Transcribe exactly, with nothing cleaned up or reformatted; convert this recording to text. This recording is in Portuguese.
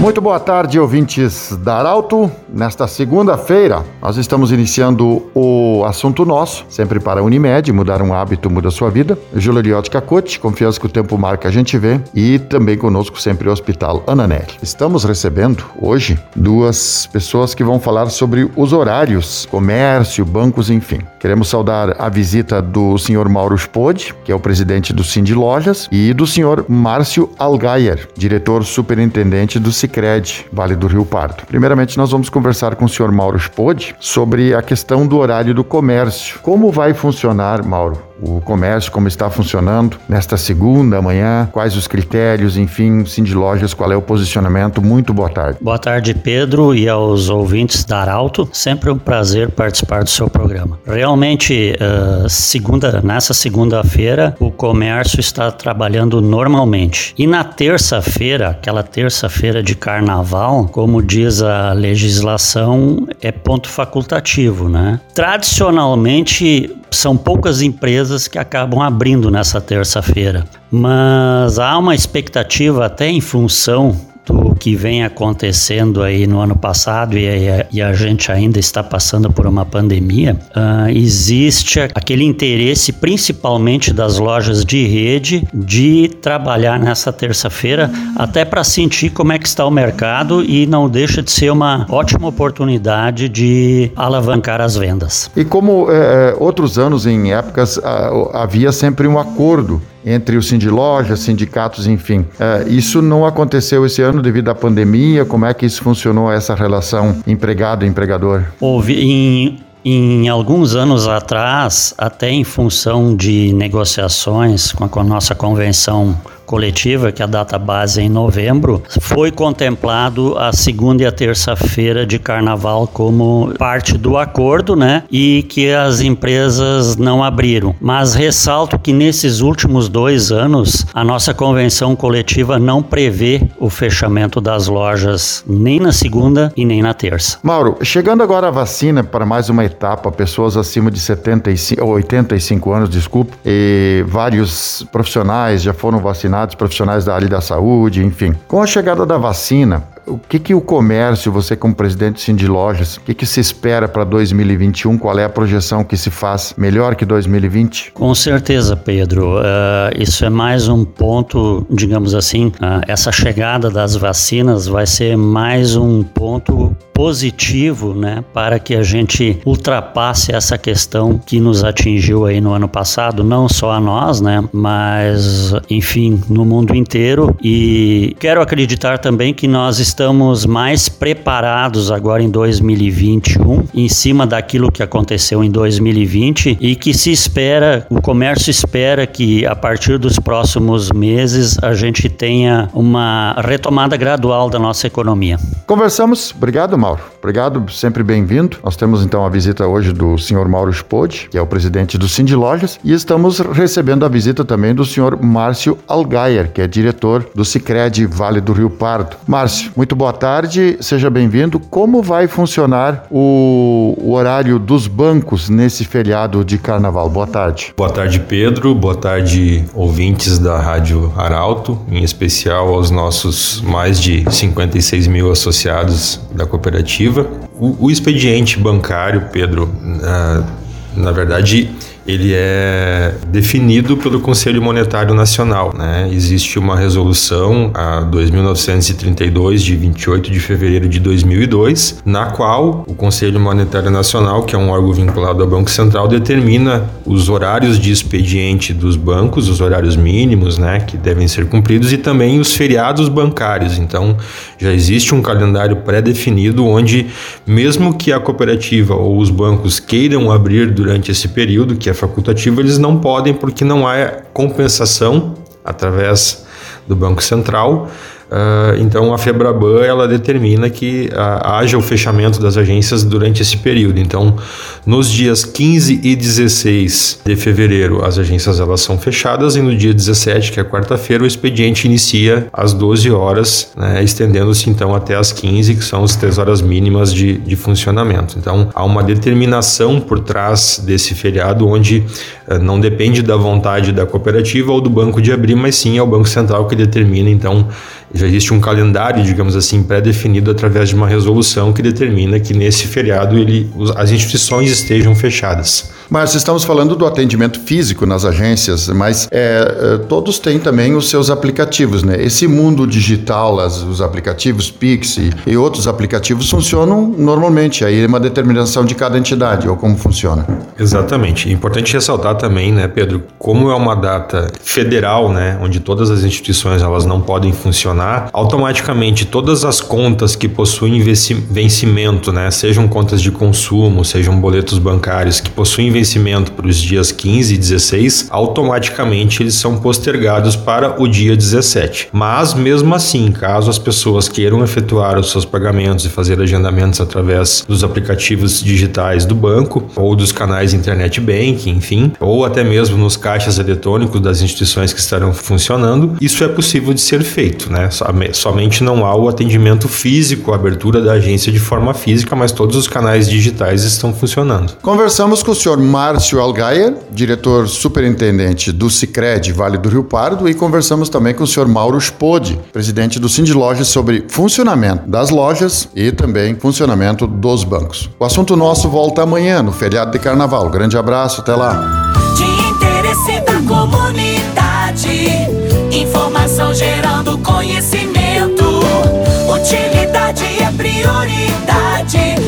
Muito boa tarde, ouvintes da Arauto. Nesta segunda-feira, nós estamos iniciando o assunto nosso, sempre para a Unimed, mudar um hábito muda a sua vida. Júlio Liotti Cacote, confiança que o tempo marca, a gente vê. E também conosco sempre o Hospital Ananelli. Estamos recebendo hoje duas pessoas que vão falar sobre os horários, comércio, bancos, enfim. Queremos saudar a visita do senhor Mauro Spode, que é o presidente do Sindi Lojas, e do senhor Márcio Allgaier, diretor superintendente do Sicredi, Vale do Rio Pardo. Primeiramente, nós vamos conversar com o senhor Mauro Spode sobre a questão do horário do comércio. Como vai funcionar, Mauro, o comércio, como está funcionando nesta segunda manhã, quais os critérios, enfim, Sindi Lojas, qual é o posicionamento? Muito boa tarde. Boa tarde, Pedro, e aos ouvintes da Arauto. Sempre um prazer participar do seu programa. Realmente, uh, segunda, nessa segunda-feira, o comércio está trabalhando normalmente. E na terça-feira, aquela terça-feira de carnaval, como diz a legislação, é ponto facultativo, né? Tradicionalmente, são poucas empresas que acabam abrindo nessa terça-feira, mas há uma expectativa, até em função do que vem acontecendo aí no ano passado e a, e a gente ainda está passando por uma pandemia, uh, existe aquele interesse principalmente das lojas de rede de trabalhar nessa terça-feira, até para sentir como é que está o mercado, e não deixa de ser uma ótima oportunidade de alavancar as vendas. E como é, outros anos, em épocas, havia sempre um acordo entre os Sindi Lojas, sindicatos, enfim. É, isso não aconteceu esse ano devido à pandemia? Como é que isso funcionou, essa relação empregado-empregador? Houve em... Em alguns anos atrás, até em função de negociações com a, com a nossa convenção coletiva, que a data base é em novembro, foi contemplado a segunda e a terça-feira de carnaval como parte do acordo, né? E que as empresas não abriram. Mas ressalto que nesses últimos dois anos, a nossa convenção coletiva não prevê o fechamento das lojas nem na segunda e nem na terça. Mauro, chegando agora a vacina para mais uma etapa, pessoas acima de setenta e cinco, oitenta e cinco anos, desculpe, e vários profissionais já foram vacinados, profissionais da área da saúde, enfim. Com a chegada da vacina, o que que o comércio, você como presidente do Sindi Lojas, o que que se espera para dois mil e vinte e um? Qual é a projeção que se faz melhor que dois mil e vinte? Com certeza, Pedro. Uh, isso é mais um ponto, digamos assim, uh, essa chegada das vacinas vai ser mais um ponto positivo, né, para que a gente ultrapasse essa questão que nos atingiu aí no ano passado, não só a nós, né, mas, enfim, no mundo inteiro. E quero acreditar também que nós estamos mais preparados agora em dois mil e vinte e um, em cima daquilo que aconteceu em dois mil e vinte, e que se espera, o comércio espera que a partir dos próximos meses a gente tenha uma retomada gradual da nossa economia. Conversamos, obrigado, Mauro. Obrigado, sempre bem-vindo. Nós temos então a visita hoje do senhor Mauro Spode, que é o presidente do Sindi Lojas, e estamos recebendo a visita também do senhor Márcio Allgaier, que é diretor do Sicredi Vale do Rio Pardo. Márcio, muito boa tarde, seja bem-vindo. Como vai funcionar o, o horário dos bancos nesse feriado de carnaval? Boa tarde. Boa tarde, Pedro. Boa tarde, ouvintes da Rádio Arauto, em especial aos nossos mais de cinquenta e seis mil associados da cooperativa. O, o expediente bancário, Pedro, na, na verdade, ele é definido pelo Conselho Monetário Nacional, né? Existe uma resolução, a dois mil novecentos e trinta e dois, de vinte e oito de fevereiro de dois mil e dois, na qual o Conselho Monetário Nacional, que é um órgão vinculado ao Banco Central, determina os horários de expediente dos bancos, os horários mínimos, né, que devem ser cumpridos, e também os feriados bancários. Então, já existe um calendário pré-definido onde, mesmo que a cooperativa ou os bancos queiram abrir durante esse período, que é facultativo, eles não podem, porque não há compensação através do Banco Central. Uh, então a FEBRABAN, ela determina que uh, haja o fechamento das agências durante esse período. Então, nos dias quinze e dezesseis de fevereiro, as agências elas são fechadas, e no dia dezessete, que é quarta-feira, o expediente inicia às doze horas, né, estendendo-se então até às quinze, que são as três horas mínimas de, de funcionamento. Então, há uma determinação por trás desse feriado, onde uh, não depende da vontade da cooperativa ou do banco de abrir, mas sim é o Banco Central que determina então Já existe um calendário, digamos assim, pré-definido através de uma resolução que determina que nesse feriado ele, as instituições estejam fechadas. Mas estamos falando do atendimento físico nas agências, mas é, todos têm também os seus aplicativos, né? Esse mundo digital, as, os aplicativos Pix e, e outros aplicativos funcionam normalmente, aí é uma determinação de cada entidade, ou como funciona? Exatamente. É importante ressaltar também, né, Pedro, como é uma data federal, né, onde todas as instituições elas não podem funcionar, automaticamente todas as contas que possuem vencimento, né, sejam contas de consumo, sejam boletos bancários que possuem vencimento para os dias quinze e dezesseis, automaticamente eles são postergados para o dia dezessete. Mas, mesmo assim, caso as pessoas queiram efetuar os seus pagamentos e fazer agendamentos através dos aplicativos digitais do banco ou dos canais internet banking, enfim, ou até mesmo nos caixas eletrônicos das instituições que estarão funcionando, isso é possível de ser feito, né? Somente não há o atendimento físico, a abertura da agência de forma física, mas todos os canais digitais estão funcionando. Conversamos com o senhor Márcio Allgaier, diretor superintendente do Sicredi Vale do Rio Pardo, e conversamos também com o senhor Mauro Spode, presidente do Sindilojas, sobre funcionamento das lojas e também funcionamento dos bancos. O assunto nosso volta amanhã, no feriado de Carnaval. Grande abraço, até lá. De interesse da comunidade, informação gerando conhecimento, utilidade é prioridade.